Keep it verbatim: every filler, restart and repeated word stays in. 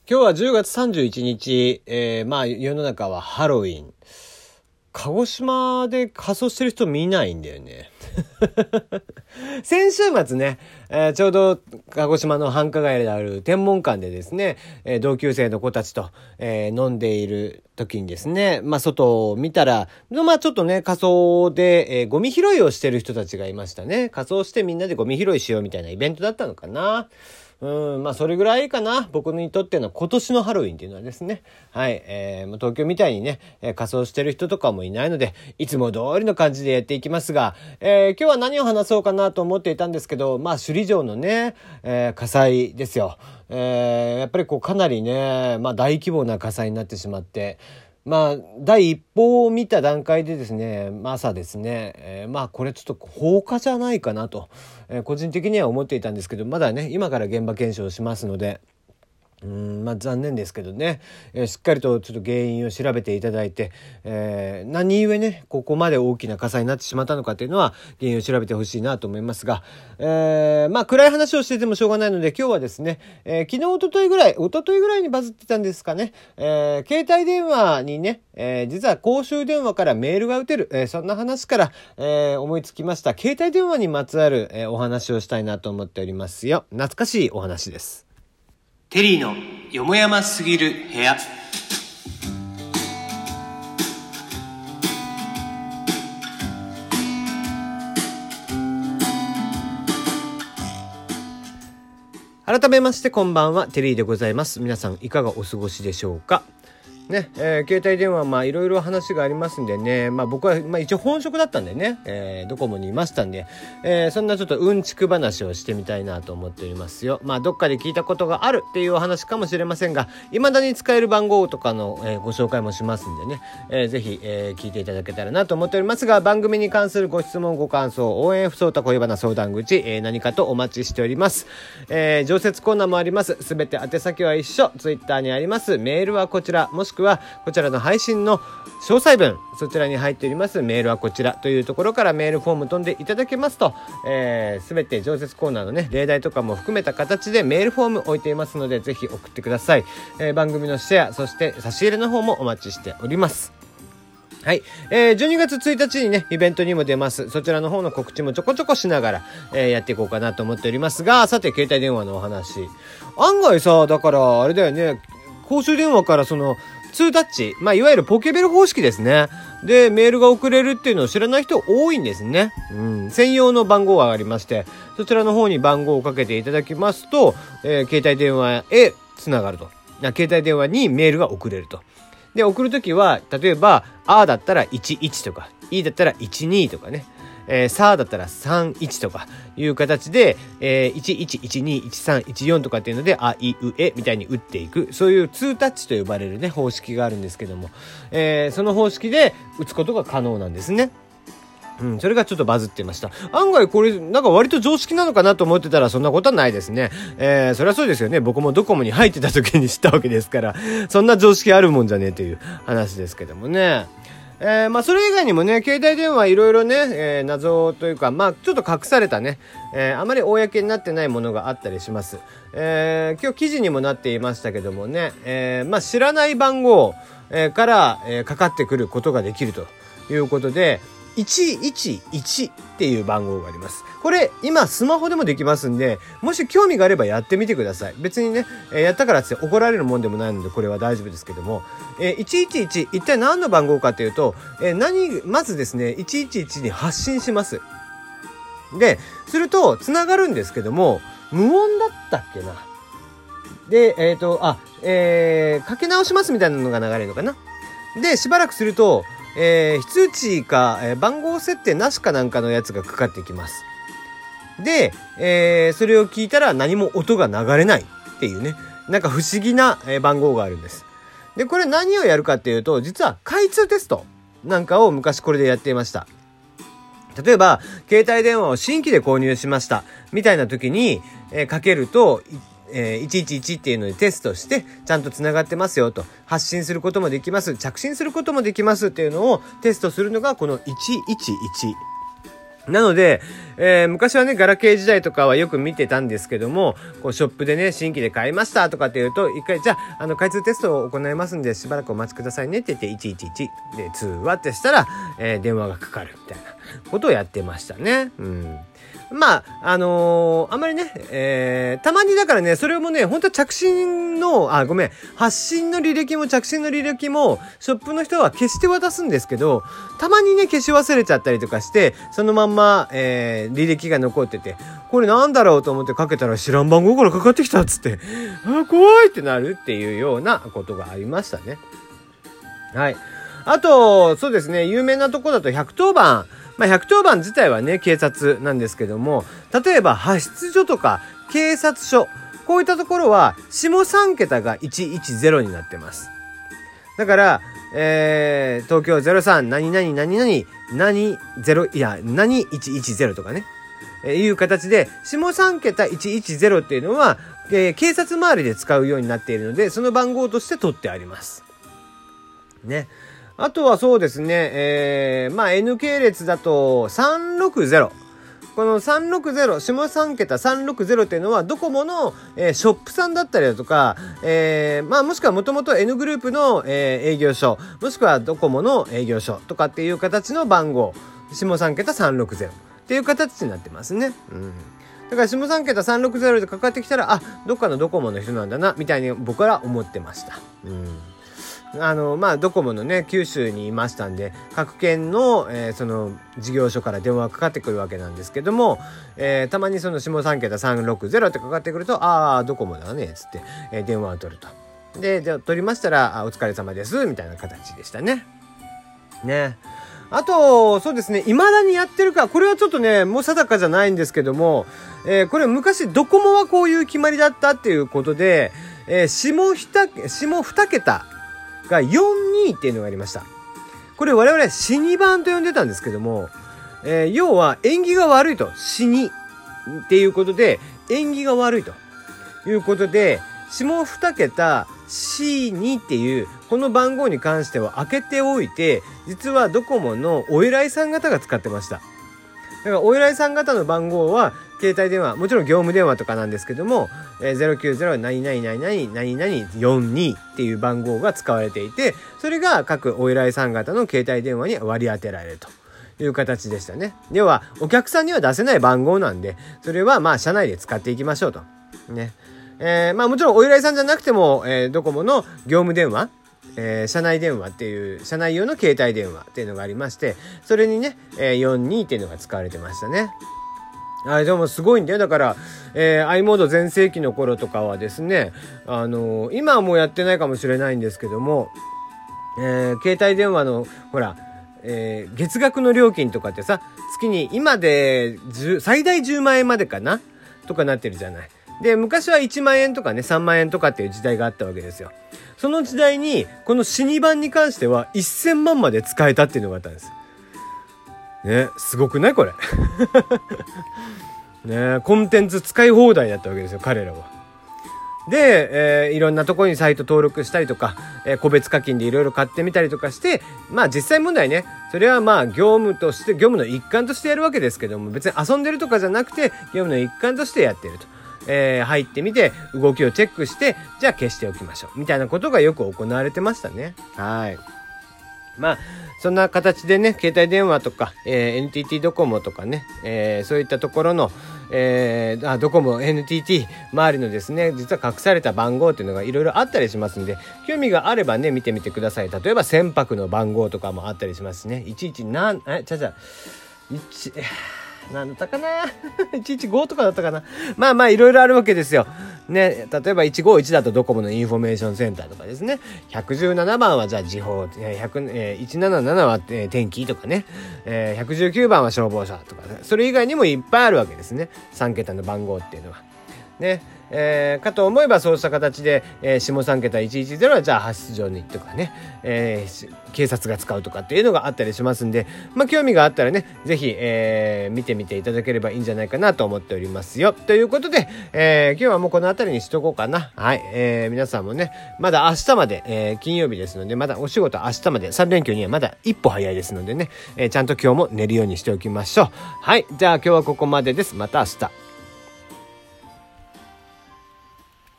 今日はじゅうがつさんじゅういちにち、えー、まあ世の中はハロウィン。鹿児島で仮装してる人見ないんだよね。先週末ね、えー、ちょうど鹿児島の繁華街である天文館でですね、えー、同級生の子たちと、えー、飲んでいる時にですね、まあ外を見たら、まあちょっとね仮装で、えー、ゴミ拾いをしてる人たちがいましたね。仮装してみんなでゴミ拾いしようみたいなイベントだったのかな。うん、まあそれぐらいかな。僕にとっての今年のハロウィンっていうのはですね。はい。えー、東京みたいにね、えー、仮装してる人とかもいないので、いつも通りの感じでやっていきますが、えー、今日は何を話そうかなと思っていたんですけど、まあ首里城のね、えー、火災ですよ。えー、やっぱりこうかなりね、まあ大規模な火災になってしまって、まあ第一報を見た段階でですね、朝ですね、えー、まあこれちょっと放火じゃないかなと、えー、個人的には思っていたんですけど、まだね今から現場検証しますので、うーんまあ残念ですけどね、えー、しっかりとちょっと原因を調べていただいて、えー、何故ねここまで大きな火災になってしまったのかっていうのは原因を調べてほしいなと思いますが、えー、まあ暗い話をしててもしょうがないので、今日はですね、えー、昨日一昨日ぐらい一昨日ぐらいにバズってたんですかね、えー、携帯電話にね、えー、実は公衆電話からメールが打てる、えー、そんな話から、えー、思いつきました。携帯電話にまつわる、えー、お話をしたいなと思っておりますよ。懐かしいお話です。 テリーのよもやますぎる部屋。 改めましてこんばんは、テリーでございます。皆さんいかがお過ごしでしょうかね。えー、携帯電話まあいろいろ話がありますんでね、まあ僕はまあ一応本職だったんでね、えー、ドコモにいましたんで、えー、そんなちょっとうんちく話をしてみたいなと思っておりますよ。まあどっかで聞いたことがあるっていうお話かもしれませんが、未だに使える番号とかの、えー、ご紹介もしますんでね、えー、ぜひ、えー、聞いていただけたらなと思っておりますが、番組に関するご質問ご感想、応援不相談恋バナ相談口、えー、何かとお待ちしております。えー、常設コーナーもあります。すべて宛先は一緒。ツイッターにあります。メールはこちら、もしくはこちらの配信の詳細文、そちらに入っております。メールはこちらというところからメールフォーム飛んでいただけますと、えー、全て常設コーナーのね例題とかも含めた形でメールフォーム置いていますので、ぜひ送ってください。えー、番組のシェア、そして差し入れの方もお待ちしております。はい、えー、じゅうにがつついたちにねイベントにも出ます。そちらの方の告知もちょこちょこしながら、えー、やっていこうかなと思っておりますが、さて携帯電話のお話、案外さ、だからあれだよね、公衆電話からそのツータッチ、まあいわゆるポケベル方式ですね。でメールが送れるっていうのを知らない人多いんですね。うん、専用の番号がありまして、そちらの方に番号をかけていただきますと、えー、携帯電話へつながると、携帯電話にメールが送れると。で送るときは例えばあだったらいちいちとか、いだったらいちにとかね、えー、さだったらさんいちとかいう形で、えー、いちいちいちにいちさんいちよんとかっていうのであいうえみたいに打っていく、そういうツータッチと呼ばれるね方式があるんですけども、えー、その方式で打つことが可能なんですね。うん、それがちょっとバズってました。案外これなんか割と常識なのかなと思ってたら、そんなことはないですね。えー、そりゃそうですよね。僕もドコモに入ってた時に知ったわけですから、そんな常識あるもんじゃねえという話ですけどもね。えー、まあそれ以外にもね、携帯電話いろいろね、えー、謎というか、まあちょっと隠されたね、えー、あまり公になってないものがあったりします。えー、今日記事にもなっていましたけどもね、えー、まあ知らない番号、えー、から、えー、かかってくることができるということで、いちいちいちっていう番号があります。これ今スマホでもできますんで、もし興味があればやってみてください。別にね、えー、やったからって怒られるもんでもないので、これは大丈夫ですけども、えー、いちいちいち一体何の番号かというと、えー、何まずですねいちいちいちに発信します。で、すると繋がるんですけども、無音だったっけな。で、えっと、あ、えー、かけ直しますみたいなのが流れるのかな。で、しばらくすると、えー、非通知か、えー、番号設定なしかなんかのやつがかかってきます。で、えー、それを聞いたら何も音が流れないっていうね、なんか不思議な、えー、番号があるんです。で、これ何をやるかっていうと、実は開通テストなんかを昔これでやっていました。例えば、携帯電話を新規で購入しましたみたいな時に、えー、かけると、えー、いちいちいちっていうのでテストしてちゃんとつながってますよと、発信することもできます、着信することもできますっていうのをテストするのがこのいちいちいちなので、えー、昔はね、ガラケー時代とかはよく見てたんですけども、こうショップでね、新規で買いましたとかって言うと、一回、じゃあ、あの、開通テストを行いますんで、しばらくお待ちくださいねって言って、いちいちいちで通話ってしたら、えー、電話がかかるみたいなことをやってましたね。うん。まあ、あのー、あんまりね、えー、たまにだからね、それもね、本当は着信の、あ、ごめん、発信の履歴も着信の履歴も、ショップの人は消して渡すんですけど、たまにね、消し忘れちゃったりとかして、そのまんま、えー、履歴が残ってて、これなんだろうと思ってかけたら知らん番号からかかってきたっつって、あ、怖いってなるっていうようなことがありましたね。はい。あと、そうですね、有名なとこだとひゃくとおばん。まあ、ひゃくとおばん自体はね、警察なんですけども、例えば派出所とか警察署、こういったところは下さん桁がいちいちゼロになってます。だから、えー、東京ゼロさん何々何々何ゼロいや何いちいちゼロとかね、えー、いう形で下さん桁いちいちゼロっていうのは、えー、警察周りで使うようになっているので、その番号として取ってありますね。あとはそうですね、えー、まあ N 系列だとさんろくゼロ、このさんろくゼロ、下さん桁さんろくゼロっていうのはドコモの、えー、ショップさんだったりだとか、えー、まあもしくはもともと N グループの、えー、営業所、もしくはドコモの営業所とかっていう形の番号、下さん桁さんろくゼロっていう形になってますね。うん。だから下さん桁さんろくゼロでかかってきたら、あ、どっかのドコモの人なんだなみたいに僕は思ってました。うん。あのまあドコモのね九州にいましたんで、各県の、えー、その事業所から電話がかかってくるわけなんですけども、えー、たまにその下さん桁さんろくゼロってかかってくると、ああドコモだねっつって、えー、電話を取ると。でじゃあ取りましたら、あお疲れ様ですみたいな形でしたね。ね。あとそうですね、未だにやってるか、これはちょっとねもう定かじゃないんですけども、えー、これ昔ドコモはこういう決まりだったっていうことで、えー、下二下二桁がよんじゅうにっていうのがありました。これ我々死に版と呼んでたんですけども、えー、要は縁起が悪いと、死にっていうことで縁起が悪いということで、下二桁 シーに っていうこの番号に関しては開けておいて、実はドコモのお偉いさん方が使ってました。だからお偉いさん方の番号は携帯電話、もちろん業務電話とかなんですけども、えー、ゼロきゅうゼロ何々何々何々よんじゅうにっていう番号が使われていて、それが各お偉いさん方の携帯電話に割り当てられるという形でしたね。要はお客さんには出せない番号なんで、それはまあ社内で使っていきましょうとね。えー、まあもちろんお偉いさんじゃなくても、えー、ドコモの業務電話、えー、社内電話っていう社内用の携帯電話っていうのがありまして、それにね、えー、よんじゅうにっていうのが使われてましたね。あれでもすごいんだよ。だから、えー、i モード全盛期の頃とかはですね、あのー、今はもうやってないかもしれないんですけども、えー、携帯電話のほら、えー、月額の料金とかってさ、月に今で最大じゅうまんえんまでかなとかなってるじゃない。で昔はいちまんえんとかねさんまんえんとかっていう時代があったわけですよ。その時代にこの死に版に関してはせんまんまで使えたっていうのがあったんですね。すごくないこれね、コンテンツ使い放題だったわけですよ彼らは。で、えー、いろんなところにサイト登録したりとか、えー、個別課金でいろいろ買ってみたりとかして、まあ実際問題ね、それはまあ業務として業務の一環としてやるわけですけども、別に遊んでるとかじゃなくて業務の一環としてやってると。えー、入ってみて動きをチェックして、じゃあ消しておきましょうみたいなことがよく行われてましたね。はい。まあそんな形でね、携帯電話とか、えー、エヌティーティー ドコモとかね、えー、そういったところの、えー、あドコモ エヌティーティー 周りのですね、実は隠された番号っていうのがいろいろあったりしますんで、興味があればね見てみてください。例えば船舶の番号とかもあったりしますしね。いちいちなんえちゃちゃ1なんだったかないちいちごとかだったかな。まあまあいろいろあるわけですよね。例えばいちごいちだとドコモのインフォメーションセンターとかですね。ひゃくじゅうななばんはじゃあ時報、えー、ひゃくななじゅうななは、えー、天気とかね、えー、ひゃくじゅうきゅうばんは消防車とか、ね、それ以外にもいっぱいあるわけですね。さん桁の番号っていうのは。 ね。えー、かと思えばそうした形で、えー、下さん桁いちいちゼロはじゃあ派出所にとかね、えー、警察が使うとかっていうのがあったりしますんで、まあ興味があったらねぜひ、えー、見てみていただければいいんじゃないかなと思っておりますよ。ということで、えー、今日はもうこの辺りにしとこうかな。はい、えー、皆さんもねまだ明日まで、えー、金曜日ですのでまだお仕事明日までさん連休にはまだ一歩早いですのでね、えー、ちゃんと今日も寝るようにしておきましょう。はい、じゃあ今日はここまでです。また明日。